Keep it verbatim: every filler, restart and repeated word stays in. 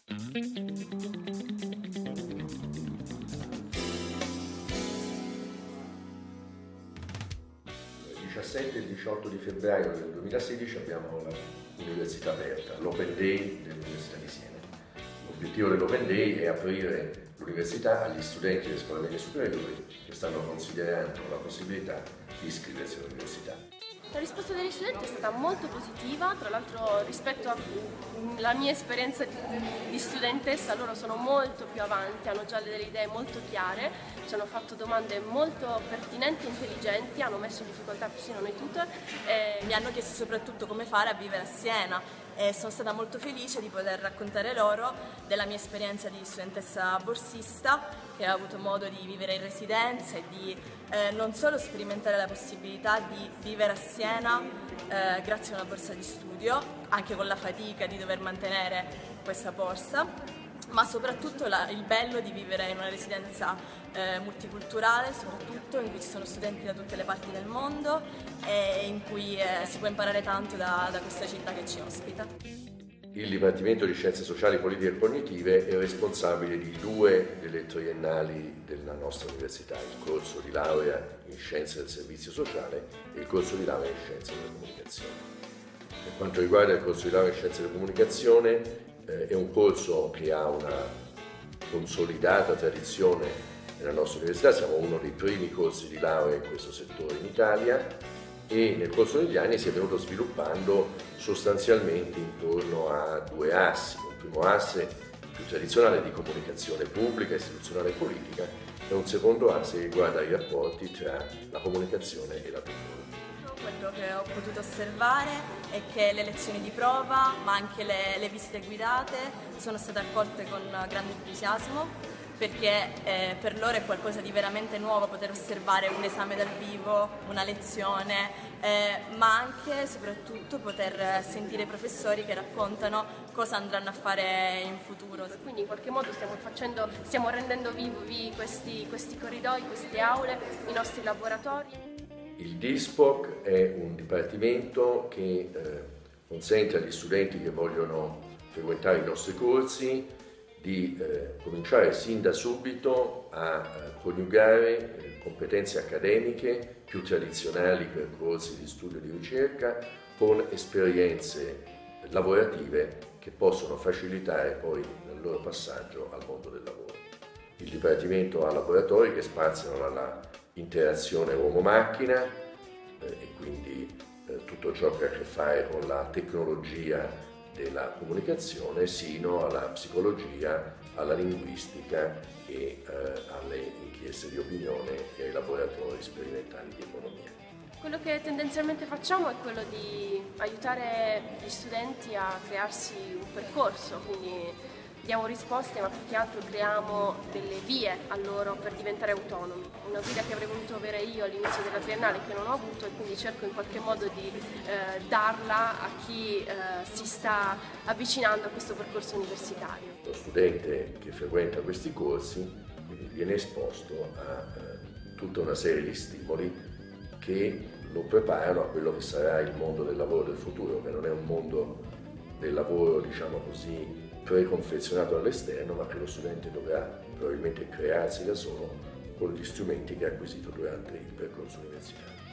Il diciassette e il diciotto di febbraio del duemilasedici abbiamo l'Università aperta, l'Open Day dell'Università di Siena. L'obiettivo dell'Open Day è aprire l'università agli studenti delle scuole medie superiori che stanno considerando la possibilità di iscriversi all'università. La risposta degli studenti è stata molto positiva, tra l'altro rispetto alla mia esperienza di, di studentessa loro sono molto più avanti, hanno già delle idee molto chiare, ci hanno fatto domande molto pertinenti e intelligenti, hanno messo in difficoltà persino noi tutor e mi hanno chiesto soprattutto come fare a vivere a Siena e sono stata molto felice di poter raccontare loro della mia esperienza di studentessa borsista, che ho avuto modo di vivere in residenza e di eh, non solo sperimentare la possibilità di vivere a Siena eh, grazie a una borsa di studio, anche con la fatica di dover mantenere questa borsa, ma soprattutto la, il bello di vivere in una residenza eh, multiculturale, soprattutto in cui ci sono studenti da tutte le parti del mondo e in cui eh, si può imparare tanto da, da questa città che ci ospita. Il Dipartimento di Scienze Sociali, Politiche e Cognitive è responsabile di due delle triennali della nostra università, il corso di laurea in Scienze del Servizio Sociale e il corso di laurea in Scienze della Comunicazione. Per quanto riguarda il corso di laurea in Scienze della Comunicazione, eh, è un corso che ha una consolidata tradizione nella nostra università, siamo uno dei primi corsi di laurea in questo settore in Italia, e nel corso degli anni si è venuto sviluppando sostanzialmente intorno a due assi. Un primo asse più tradizionale di comunicazione pubblica, istituzionale e politica e un secondo asse che riguarda i rapporti tra la comunicazione e la cultura. Quello che ho potuto osservare è che le lezioni di prova, ma anche le, le visite guidate, sono state accolte con grande entusiasmo, perché eh, per loro è qualcosa di veramente nuovo poter osservare un esame dal vivo, una lezione, eh, ma anche e soprattutto poter sentire i professori che raccontano cosa andranno a fare in futuro. Quindi in qualche modo stiamo, facendo, stiamo rendendo vivi questi, questi corridoi, queste aule, i nostri laboratori. Il DISPOC è un dipartimento che eh, consente agli studenti che vogliono frequentare i nostri corsi di eh, cominciare sin da subito a eh, coniugare eh, competenze accademiche più tradizionali, percorsi di studio e di ricerca, con esperienze lavorative che possono facilitare poi il loro passaggio al mondo del lavoro. Il Dipartimento ha laboratori che spaziano dalla interazione uomo-macchina eh, e quindi eh, tutto ciò che ha a che fare con la tecnologia della comunicazione sino alla psicologia, alla linguistica e eh, alle inchieste di opinione e ai laboratori sperimentali di economia. Quello che tendenzialmente facciamo è quello di aiutare gli studenti a crearsi un percorso, quindi diamo risposte ma più che altro creiamo delle vie a loro per diventare autonomi. Una guida che avrei voluto avere io all'inizio della triennale che non ho avuto e quindi cerco in qualche modo di eh, darla a chi eh, si sta avvicinando a questo percorso universitario. Lo studente che frequenta questi corsi viene esposto a eh, tutta una serie di stimoli che lo preparano a quello che sarà il mondo del lavoro del futuro, che non è un mondo del lavoro, diciamo così, preconfezionato all'esterno, ma che lo studente dovrà probabilmente crearsi da solo con gli strumenti che ha acquisito durante il percorso universitario.